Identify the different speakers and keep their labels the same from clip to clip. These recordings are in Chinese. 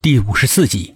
Speaker 1: 第54集。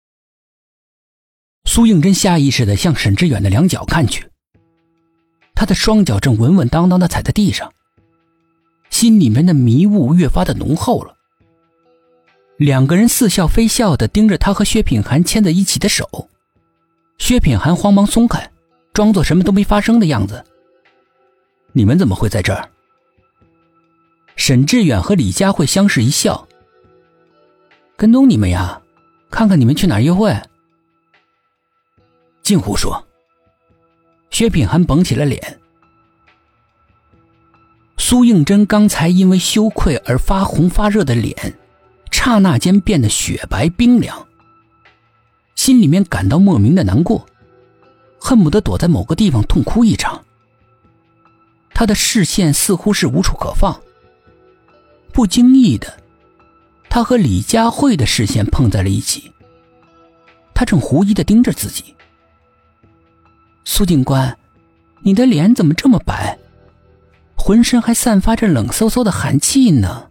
Speaker 1: 苏应真下意识地向沈志远的两脚看去，他的双脚正稳稳当当地踩在地上，心里面的迷雾越发的浓厚了。两个人似笑非笑地盯着他和薛品涵牵在一起的手，薛品涵慌忙松开，装作什么都没发生的样子。你们怎么会在这儿？沈志远和李佳慧相视一笑，跟踪你们呀，看看你们去哪儿约会。近乎说。薛品涵绷起了脸。苏应真刚才因为羞愧而发红发热的脸刹那间变得雪白冰凉，心里面感到莫名的难过，恨不得躲在某个地方痛哭一场。他的视线似乎是无处可放，不经意的他和李佳慧的视线碰在了一起，他正狐疑地盯着自己。苏警官，你的脸怎么这么白，浑身还散发着冷飕飕的寒气呢？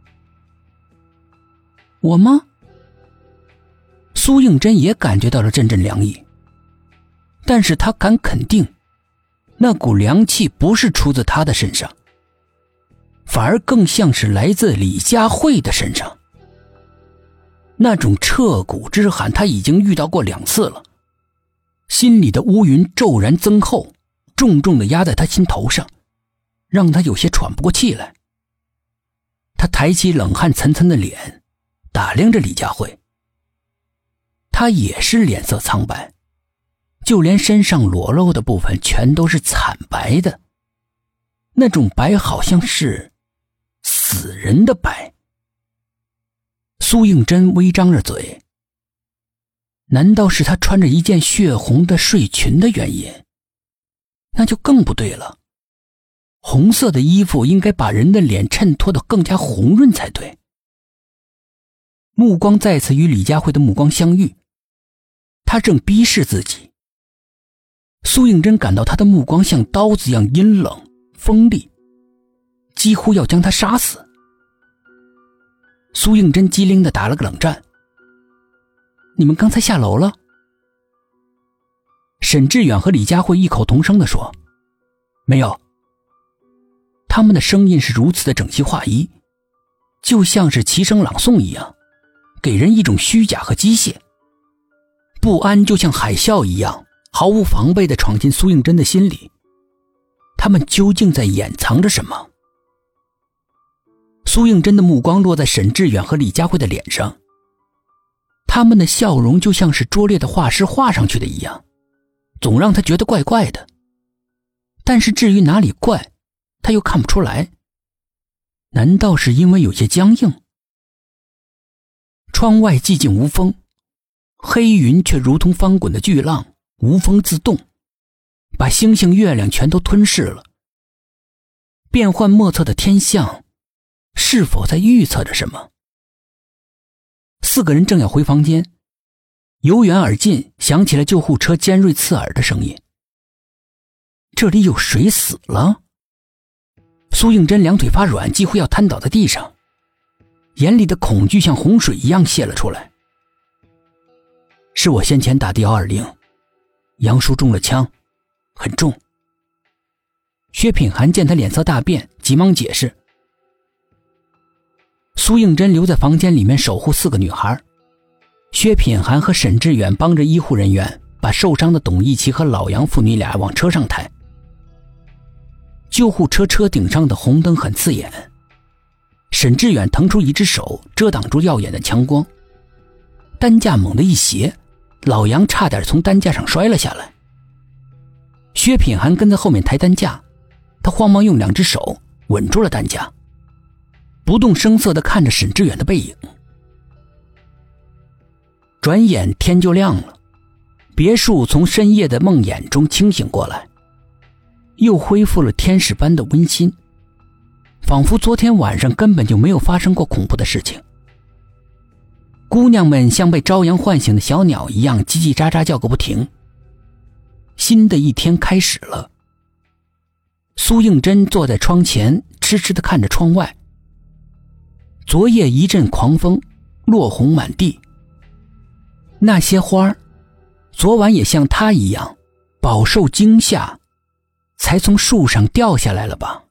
Speaker 1: 我吗？苏应真也感觉到了阵阵凉意，但是他敢肯定，那股凉气不是出自他的身上，反而更像是来自李佳慧的身上。那种彻骨之寒他已经遇到过2次了，心里的乌云骤然增厚，重重地压在他心头上，让他有些喘不过气来。他抬起冷汗涔涔的脸，打量着李佳慧。他也是脸色苍白，就连身上裸露的部分全都是惨白的，那种白好像是死人的白。苏应真微张着嘴，难道是她穿着一件血红的睡裙的原因？那就更不对了，红色的衣服应该把人的脸衬托得更加红润才对。目光再次与李佳慧的目光相遇，她正逼视自己。苏应真感到她的目光像刀子一样阴冷锋利，几乎要将她杀死。苏应真机灵地打了个冷战。你们刚才下楼了？沈志远和李佳慧异口同声地说。没有。他们的声音是如此的整齐划一，就像是齐声朗诵一样，给人一种虚假和机械。不安就像海啸一样毫无防备地闯进苏应真的心里。他们究竟在掩藏着什么？苏应真的目光落在沈志远和李佳慧的脸上，他们的笑容就像是拙劣的画师画上去的一样，总让他觉得怪怪的。但是至于哪里怪，他又看不出来。难道是因为有些僵硬？窗外寂静无风，黑云却如同翻滚的巨浪，无风自动，把星星月亮全都吞噬了。变幻莫测的天象是否在预测着什么？4个人正要回房间，由远而近响起了救护车尖锐刺耳的声音。这里有谁死了？苏应真两腿发软，几乎要瘫倒在地上，眼里的恐惧像洪水一样泄了出来。是我先前打的120，杨叔中了枪，很重。薛品涵见他脸色大变，急忙解释。苏应真留在房间里面守护4个女孩，薛品涵和沈志远帮着医护人员把受伤的董一奇和老杨父女俩往车上抬。救护车车顶上的红灯很刺眼，沈志远腾出一只手遮挡住耀眼的强光，担架猛地一斜，老杨差点从担架上摔了下来。薛品涵跟在后面抬担架，他慌忙用2只手稳住了担架，不动声色地看着沈志远的背影。转眼天就亮了，别墅从深夜的梦魇中清醒过来，又恢复了天使般的温馨，仿佛昨天晚上根本就没有发生过恐怖的事情。姑娘们像被朝阳唤醒的小鸟一样叽叽喳喳叫个不停。新的一天开始了。苏应真坐在窗前痴痴地看着窗外，昨夜一阵狂风，落红满地， 那些花儿昨晚也像他一样饱受惊吓，才从树上掉下来了吧？